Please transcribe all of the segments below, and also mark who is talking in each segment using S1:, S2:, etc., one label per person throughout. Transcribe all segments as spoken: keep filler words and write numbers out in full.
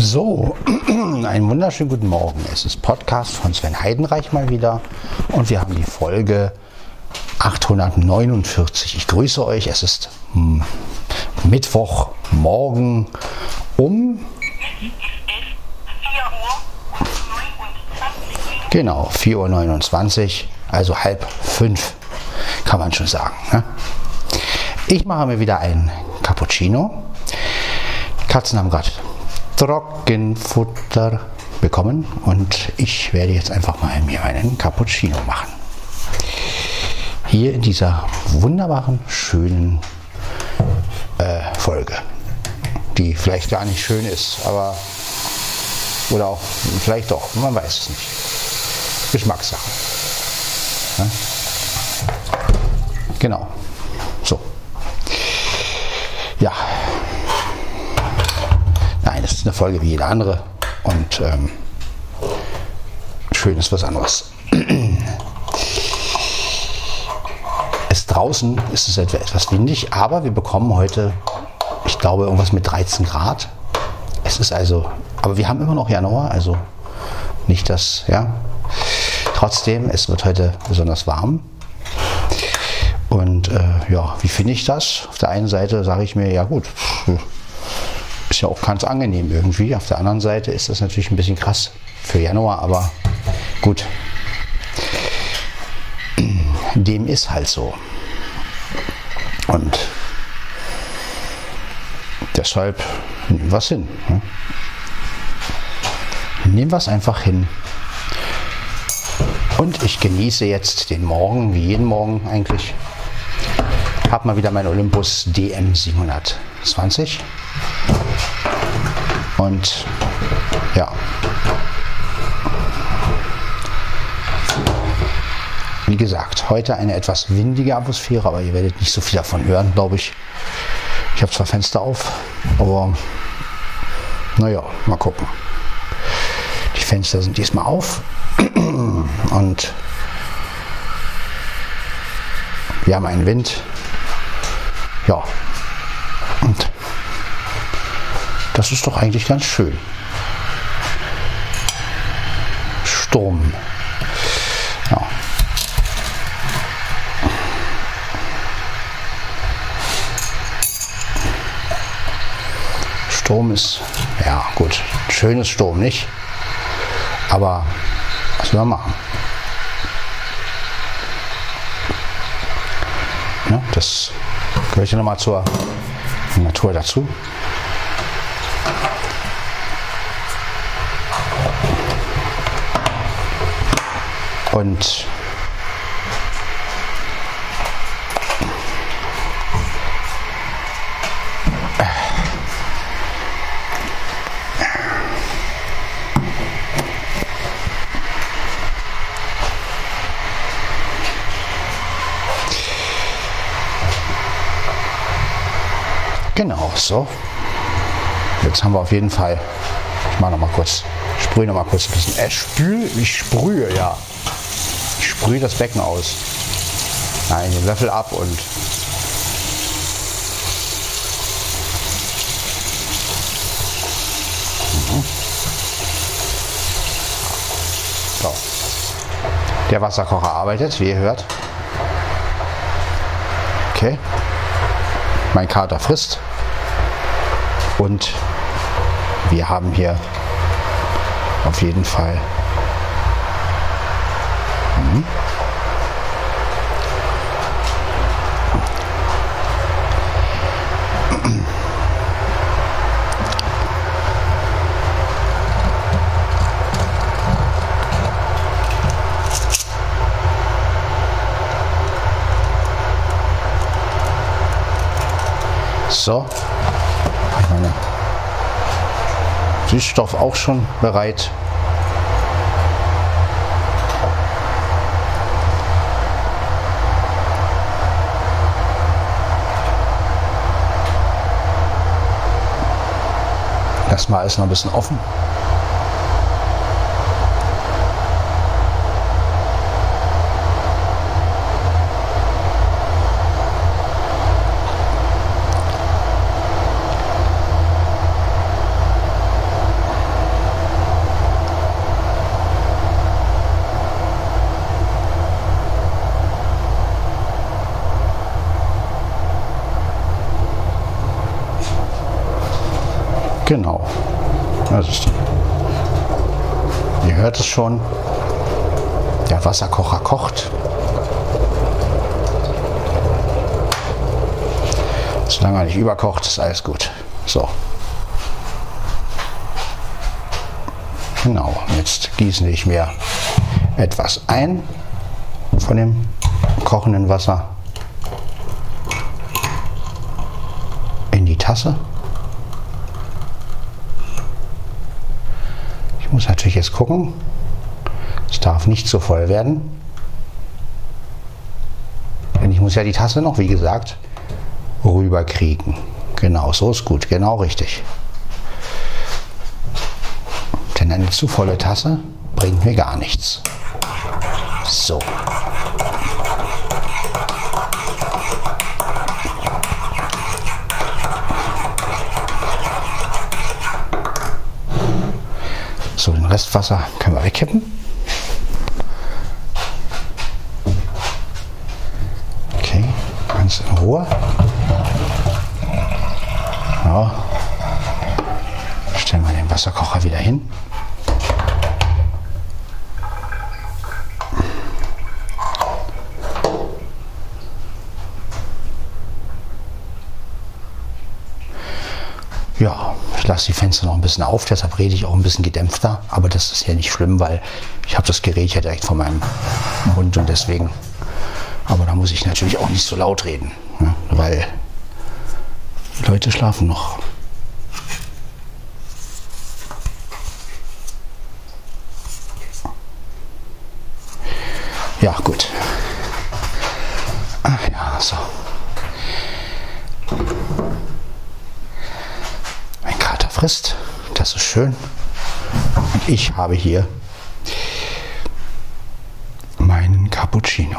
S1: So, einen wunderschönen guten Morgen. Es ist Podcast von Sven Heidenreich mal wieder und wir haben die Folge achthundertneunundvierzig. Ich grüße euch. Es ist hm, Mittwochmorgen um genau vier Uhr neunundzwanzig, also halb fünf, kann man schon sagen. Ne? Ich mache mir wieder einen Cappuccino. Die Katzen haben gerade Trockenfutter bekommen und ich werde jetzt einfach mal mir einen Cappuccino machen. Hier in dieser wunderbaren, schönen äh, Folge, die vielleicht gar nicht schön ist, aber oder auch vielleicht doch, man weiß es nicht. Geschmackssache. Ja? Genau. So. Ja. Nein, das ist eine Folge wie jede andere und ähm, schön ist was anderes. Es draußen ist es etwa etwas windig, aber wir bekommen heute, ich glaube, irgendwas mit dreizehn Grad. Es ist also, aber wir haben immer noch Januar, also nicht das, ja. Trotzdem, es wird heute besonders warm. Und äh, ja, wie finde ich das? Auf der einen Seite sage ich mir, ja gut, ist ja auch ganz angenehm irgendwie. Auf der anderen Seite ist das natürlich ein bisschen krass für Januar, aber gut. Dem ist halt so. Und deshalb nehmen wir es hin. Ne? Nehmen wir es einfach hin. Und ich genieße jetzt den Morgen, wie jeden Morgen eigentlich. Habe mal wieder mein Olympus D M siebenhundertzwanzig. Und ja, wie gesagt, heute eine etwas windige Atmosphäre, aber ihr werdet nicht so viel davon hören, glaube ich. Ich habe zwar Fenster auf, aber naja, mal gucken. Die Fenster sind diesmal auf und wir haben einen Wind. Ja, und das ist doch eigentlich ganz schön. Sturm. Ja. Sturm ist, ja gut, schönes Sturm nicht, aber was will man machen? Ja, das gehört ja nochmal zur Natur dazu. Und genau so. Jetzt haben wir auf jeden Fall, ich mache noch mal kurz, sprühe noch mal kurz ein bisschen, äh, spül, ich sprühe, ja. Ich sprühe das Becken aus. Nein, den Löffel ab und mhm. So. Der Wasserkocher arbeitet, wie ihr hört. Okay. Mein Kater frisst. Und wir haben hier auf jeden Fall mhm. So, ich meine, Süßstoff auch schon bereit. Erstmal ist noch ein bisschen offen. Genau. Das ist, ihr hört es schon. Der Wasserkocher kocht. Solange er nicht überkocht, ist alles gut. So. Genau. Jetzt gieße ich mir etwas ein von dem kochenden Wasser in die Tasse. Ich muss natürlich jetzt gucken, es darf nicht zu voll werden, denn ich muss ja die Tasse noch, wie gesagt, rüberkriegen. Genau, so ist gut, genau richtig. Denn eine zu volle Tasse bringt mir gar nichts. So. So, den Restwasser können wir wegkippen. Okay, ganz in Ruhe. Ja. Stellen wir den Wasserkocher wieder hin. Ja, ich lasse die Fenster noch ein bisschen auf, deshalb rede ich auch ein bisschen gedämpfter, aber das ist ja nicht schlimm, weil ich habe das Gerät ja direkt vor meinem Mund und deswegen, aber da muss ich natürlich auch nicht so laut reden, ne, weil die Leute schlafen noch. Ja, gut. Ach ja, so. Frisst. Das ist schön. Und ich habe hier meinen Cappuccino.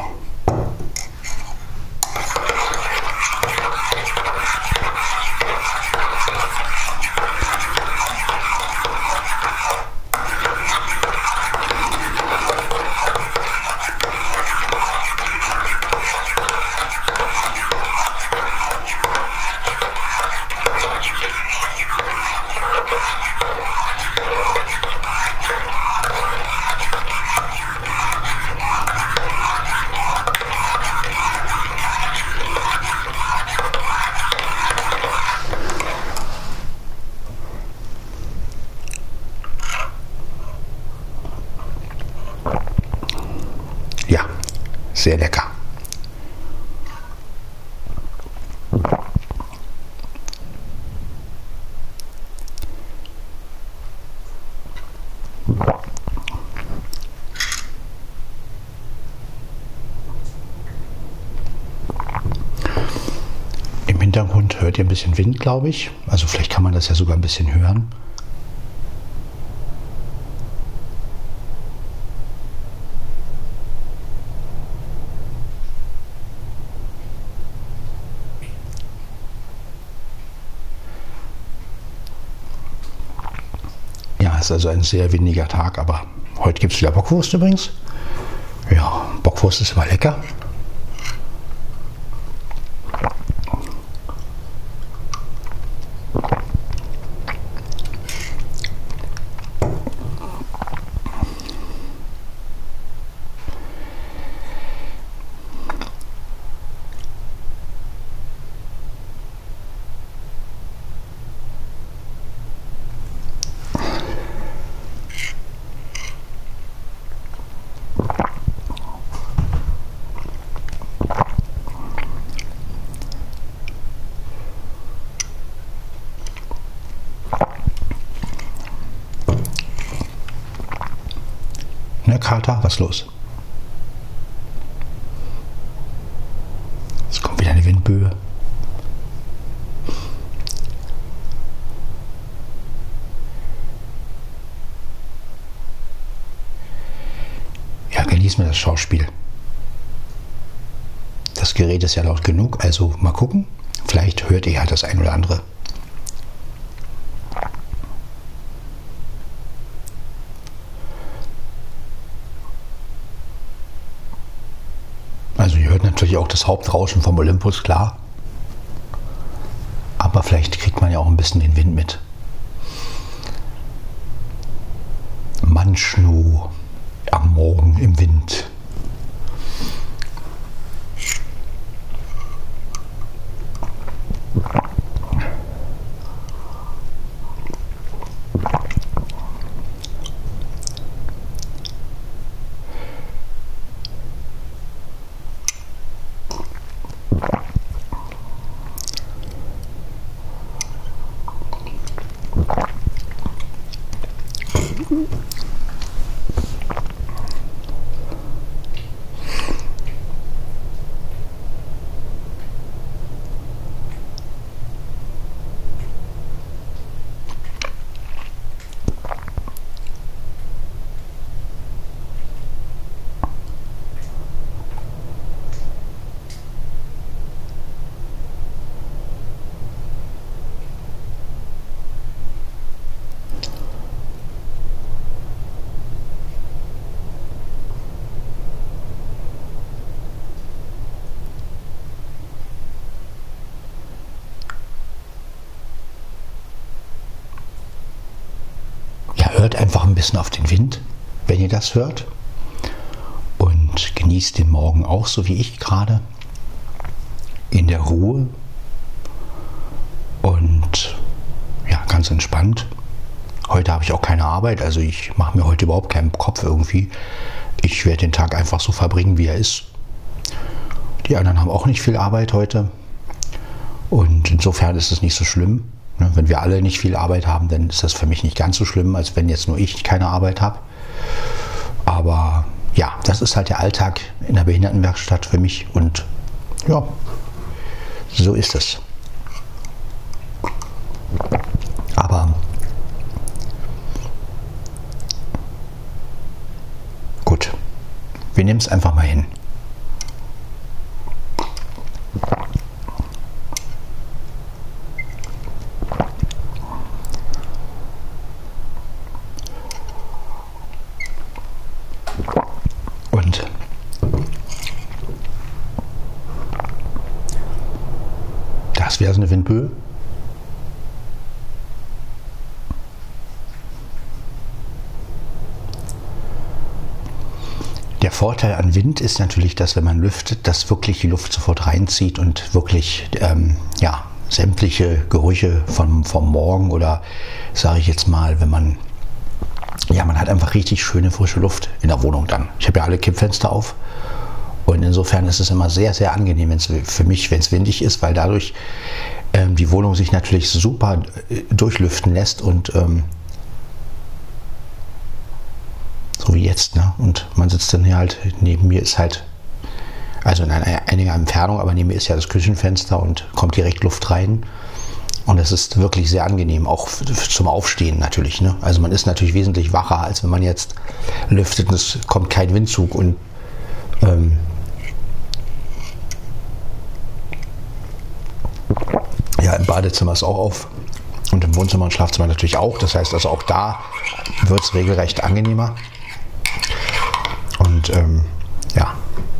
S1: Ja, sehr lecker. Im Hintergrund hört ihr ein bisschen Wind, glaube ich. Also vielleicht kann man das ja sogar ein bisschen hören. Ja, es ist also ein sehr windiger Tag, aber heute gibt es wieder Bockwurst übrigens. Ja, Bockwurst ist immer lecker. Ne, Kater, was ist los? Es kommt wieder eine Windböe. Ja, genießen wir das Schauspiel. Das Gerät ist ja laut genug, also mal gucken. Vielleicht hört ihr ja das ein oder andere. Also ihr hört natürlich auch das Hauptrauschen vom Olympus, klar. Aber vielleicht kriegt man ja auch ein bisschen den Wind mit. Sandschnur am Morgen im Wind. Hört einfach ein bisschen auf den Wind, wenn ihr das hört, und genießt den Morgen auch, so wie ich gerade, in der Ruhe und ja, ganz entspannt. Heute habe ich auch keine Arbeit, also ich mache mir heute überhaupt keinen Kopf irgendwie. Ich werde den Tag einfach so verbringen, wie er ist. Die anderen haben auch nicht viel Arbeit heute und insofern ist es nicht so schlimm. Wenn wir alle nicht viel Arbeit haben, dann ist das für mich nicht ganz so schlimm, als wenn jetzt nur ich keine Arbeit habe. Aber ja, das ist halt der Alltag in der Behindertenwerkstatt für mich und ja, so ist es. Aber gut, wir nehmen es einfach mal hin. Und das wäre so eine Windböe. Der Vorteil an Wind ist natürlich, dass wenn man lüftet, dass wirklich die Luft sofort reinzieht und wirklich ähm, ja, sämtliche Gerüche vom, vom Morgen oder sage ich jetzt mal, wenn man Ja, man hat einfach richtig schöne, frische Luft in der Wohnung dann. Ich habe ja alle Kippfenster auf und insofern ist es immer sehr, sehr angenehm wenn's, für mich, wenn es windig ist, weil dadurch ähm, die Wohnung sich natürlich super äh, durchlüften lässt und ähm, so wie jetzt, ne? Und man sitzt dann hier halt, neben mir ist halt, also in einer, einiger Entfernung, aber neben mir ist ja das Küchenfenster und kommt direkt Luft rein. Und es ist wirklich sehr angenehm, auch zum Aufstehen natürlich. Ne? Also man ist natürlich wesentlich wacher, als wenn man jetzt lüftet und es kommt kein Windzug. Und ähm, ja, im Badezimmer ist auch auf und im Wohnzimmer und Schlafzimmer natürlich auch. Das heißt also auch da wird es regelrecht angenehmer. Und ähm, ja.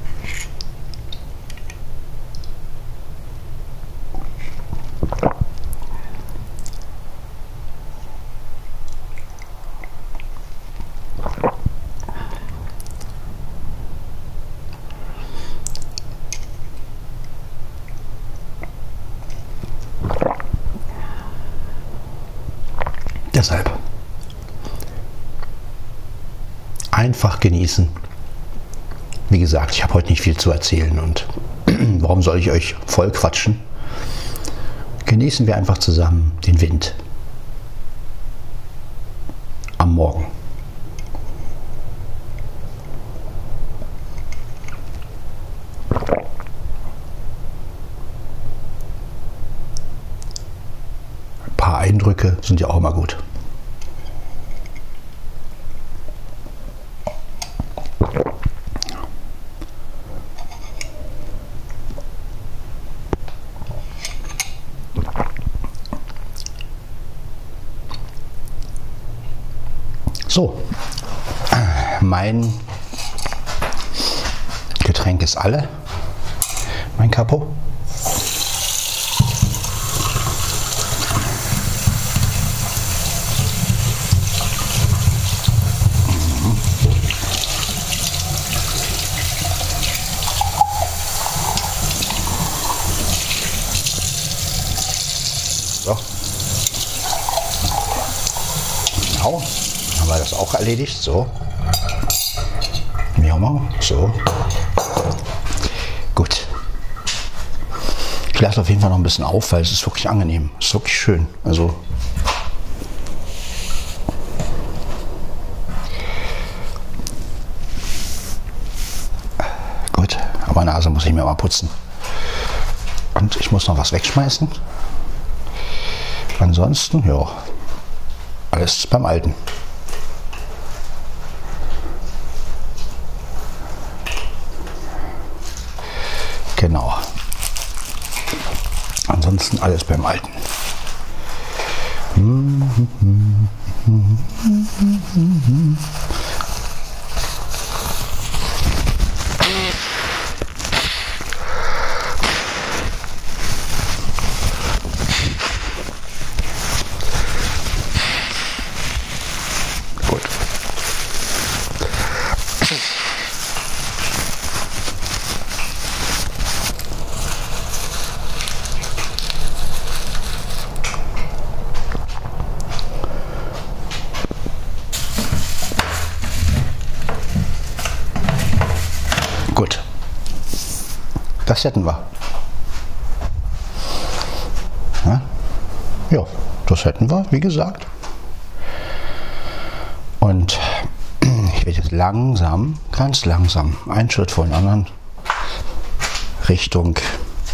S1: Deshalb einfach genießen. Wie gesagt, ich habe heute nicht viel zu erzählen und warum soll ich euch voll quatschen? Genießen wir einfach zusammen den Wind am Morgen. Ein paar Eindrücke sind ja auch immer gut. So, mein Getränk ist alle, mein Capo. Genau, haben wir das auch erledigt. So. Wie auch immer. So. Gut. Ich lasse auf jeden Fall noch ein bisschen auf, weil es ist wirklich angenehm. Es ist wirklich schön. Also. Gut, aber Nase muss ich mir mal putzen. Und ich muss noch was wegschmeißen. Ansonsten, ja, alles beim Alten. Genau. Ansonsten alles beim Alten. Gut. Das hätten wir. Ja, ja, das hätten wir, wie gesagt. Und ich werde jetzt langsam, ganz langsam, einen Schritt vor den anderen, Richtung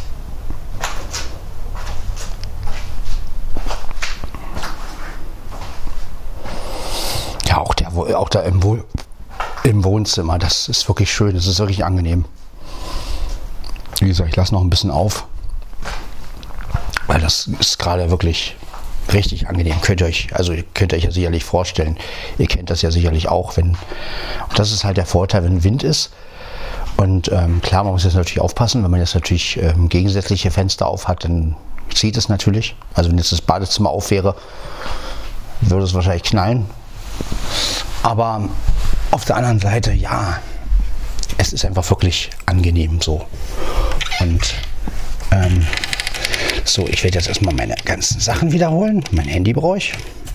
S1: ja, auch, der, auch da im, Wohl, im Wohnzimmer. Das ist wirklich schön, das ist wirklich angenehm. Wie gesagt, ich lasse noch ein bisschen auf, weil das ist gerade wirklich richtig angenehm. Könnt ihr euch, also könnt ihr euch ja sicherlich vorstellen. Ihr kennt das ja sicherlich auch, wenn, und das ist halt der Vorteil, wenn Wind ist. Und ähm, klar, man muss jetzt natürlich aufpassen, wenn man jetzt natürlich ähm, gegensätzliche Fenster auf hat, dann zieht es natürlich. Also wenn jetzt das Badezimmer auf wäre, würde es wahrscheinlich knallen. Aber auf der anderen Seite, ja, es ist einfach wirklich angenehm so. Und ähm, so, ich werde jetzt erstmal meine ganzen Sachen wiederholen. Mein Handy brauche ich.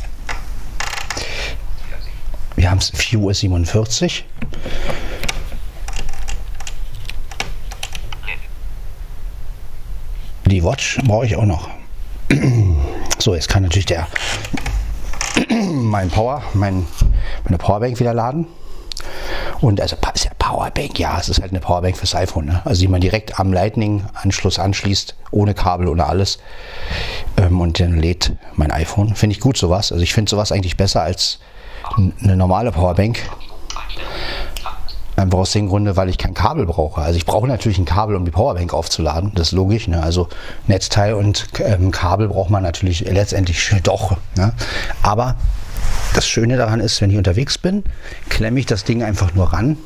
S1: Wir haben es vier Uhr siebenundvierzig. Die Watch brauche ich auch noch. So, jetzt kann natürlich der mein Power, mein, meine Powerbank wieder laden. Und also ist ja Powerbank, ja, es ist halt eine Powerbank fürs iPhone, ne? Also die man direkt am Lightning-Anschluss anschließt, ohne Kabel, ohne alles. Ähm, und dann lädt mein iPhone. Finde ich gut sowas. Also ich finde sowas eigentlich besser als eine normale Powerbank. Einfach aus dem Grunde, weil ich kein Kabel brauche. Also ich brauche natürlich ein Kabel, um die Powerbank aufzuladen. Das ist logisch, ne? Also Netzteil und ähm, Kabel braucht man natürlich letztendlich doch, ne? Aber das Schöne daran ist, wenn ich unterwegs bin, klemme ich das Ding einfach nur ran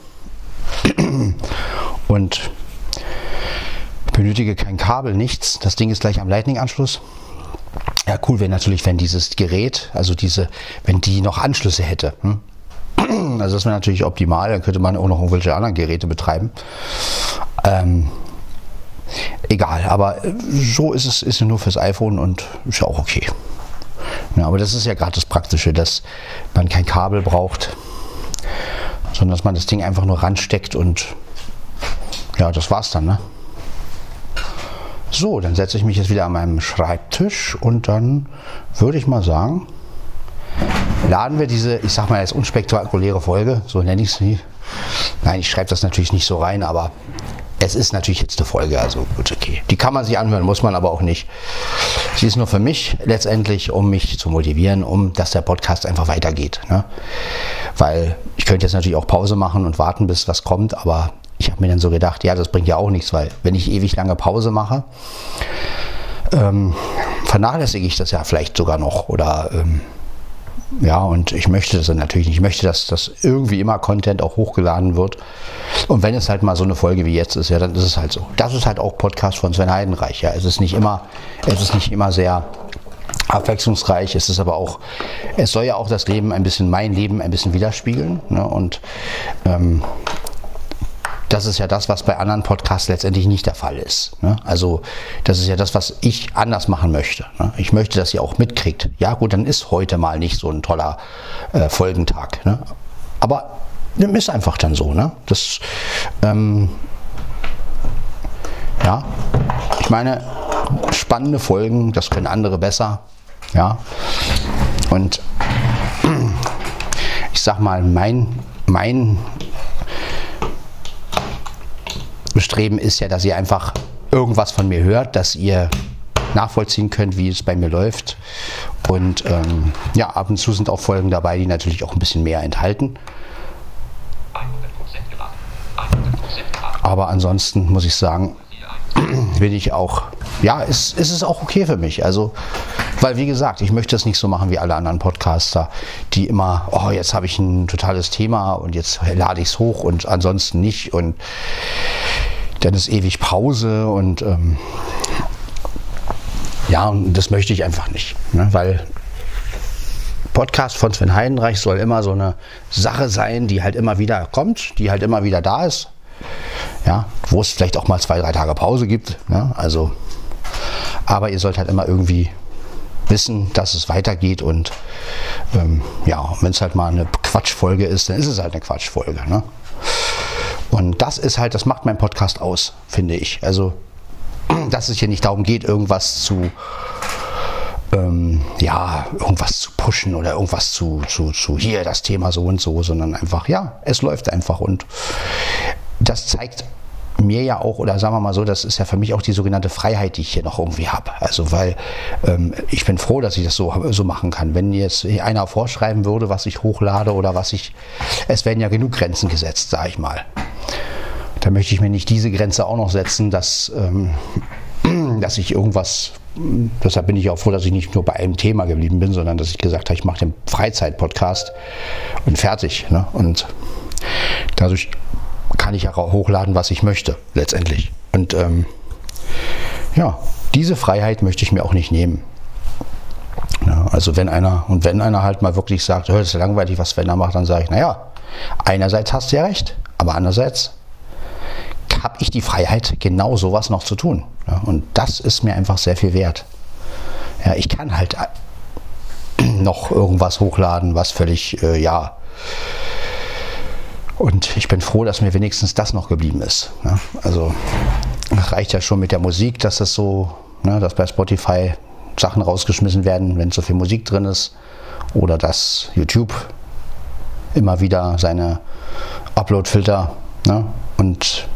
S1: und benötige kein Kabel, nichts. Das Ding ist gleich am Lightning-Anschluss. Ja, cool wäre natürlich, wenn dieses Gerät, also diese, wenn die noch Anschlüsse hätte. Hm? Also das wäre natürlich optimal, dann könnte man auch noch irgendwelche anderen Geräte betreiben. Ähm, egal, aber so ist es, ist nur fürs iPhone und ist ja auch okay. Ja, aber das ist ja gerade das Praktische, dass man kein Kabel braucht, sondern dass man das Ding einfach nur ransteckt und ja, das war's dann, ne? So, dann setze ich mich jetzt wieder an meinem Schreibtisch und dann würde ich mal sagen, laden wir diese, ich sag mal jetzt unspektakuläre Folge, so nenne ich es nie. Nein, ich schreibe das natürlich nicht so rein, aber es ist natürlich jetzt eine Folge, also gut, okay. Die kann man sich anhören, muss man aber auch nicht. Sie ist nur für mich letztendlich, um mich zu motivieren, um dass der Podcast einfach weitergeht, ne? Weil ich könnte jetzt natürlich auch Pause machen und warten, bis was kommt, aber ich habe mir dann so gedacht, ja, das bringt ja auch nichts, weil wenn ich ewig lange Pause mache, ähm, vernachlässige ich das ja vielleicht sogar noch oder ähm, ja, und ich möchte das dann natürlich nicht. Ich möchte, dass das irgendwie immer Content auch hochgeladen wird. Und wenn es halt mal so eine Folge wie jetzt ist, ja, dann ist es halt so. Das ist halt auch Podcast von Sven Heidenreich. Ja, es ist nicht immer, es ist nicht immer sehr abwechslungsreich. Es ist aber auch, es soll ja auch das Leben ein bisschen, mein Leben ein bisschen widerspiegeln. Ne? Und ähm, das ist ja das, was bei anderen Podcasts letztendlich nicht der Fall ist. Ne? Also das ist ja das, was ich anders machen möchte. Ne? Ich möchte, dass ihr auch mitkriegt. Ja gut, dann ist heute mal nicht so ein toller äh, Folgentag. Ne? Aber ist einfach dann so. Ne? Das, ähm, ja, ich meine, spannende Folgen, das können andere besser. Ja, und ich sag mal, mein, mein Bestreben ist ja, dass ihr einfach irgendwas von mir hört, dass ihr nachvollziehen könnt, wie es bei mir läuft. Und ähm, ja, ab und zu sind auch Folgen dabei, die natürlich auch ein bisschen mehr enthalten. Aber ansonsten muss ich sagen, bin ich auch, ja, es, es ist auch okay für mich. Also, weil wie gesagt, ich möchte es nicht so machen wie alle anderen Podcaster, die immer, oh, jetzt habe ich ein totales Thema und jetzt lade ich es hoch und ansonsten nicht und dann ist ewig Pause und ähm, ja, und das möchte ich einfach nicht, ne? Weil Podcast von Sven Heidenreich soll immer so eine Sache sein, die halt immer wieder kommt, die halt immer wieder da ist, ja, wo es vielleicht auch mal zwei, drei Tage Pause gibt, ne? Also, aber ihr sollt halt immer irgendwie wissen, dass es weitergeht und ähm, ja, wenn es halt mal eine Quatschfolge ist, dann ist es halt eine Quatschfolge, ne? Und das ist halt, das macht mein Podcast aus, finde ich. Also, dass es hier nicht darum geht, irgendwas zu, ähm, ja, irgendwas zu pushen oder irgendwas zu, zu, zu hier, das Thema so und so, sondern einfach, ja, es läuft einfach und das zeigt mir ja auch, oder sagen wir mal so, das ist ja für mich auch die sogenannte Freiheit, die ich hier noch irgendwie habe. Also, weil ähm, ich bin froh, dass ich das so, so machen kann. Wenn jetzt einer vorschreiben würde, was ich hochlade oder was ich, es werden ja genug Grenzen gesetzt, sage ich mal. Da möchte ich mir nicht diese Grenze auch noch setzen, dass, ähm, dass ich irgendwas, deshalb bin ich auch froh, dass ich nicht nur bei einem Thema geblieben bin, sondern dass ich gesagt habe, ich mache den Freizeit-Podcast und fertig. Ne? Und dadurch kann ich ja hochladen, was ich möchte, letztendlich. Und ähm, ja, diese Freiheit möchte ich mir auch nicht nehmen. Ja, also wenn einer, und wenn einer halt mal wirklich sagt, oh, das ist langweilig, was Sven da macht, dann sage ich, naja, einerseits hast du ja recht, aber andererseits habe ich die Freiheit, genau sowas noch zu tun. Ja, und das ist mir einfach sehr viel wert. Ja, ich kann halt noch irgendwas hochladen, was völlig, äh, ja. Und ich bin froh, dass mir wenigstens das noch geblieben ist. Ja, also reicht ja schon mit der Musik, dass das so, ne, dass bei Spotify Sachen rausgeschmissen werden, wenn so viel Musik drin ist. Oder dass YouTube immer wieder seine Upload-Filter, ne, und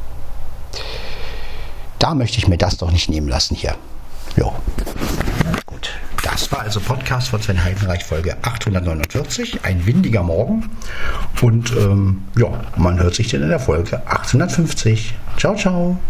S1: da möchte ich mir das doch nicht nehmen lassen hier. Jo. Gut. Das war also Podcast von Sven Heidenreich, Folge achthundertneunundvierzig. Ein windiger Morgen. Und ähm, ja, man hört sich dann in der Folge achthundertfünfzig. Ciao, ciao.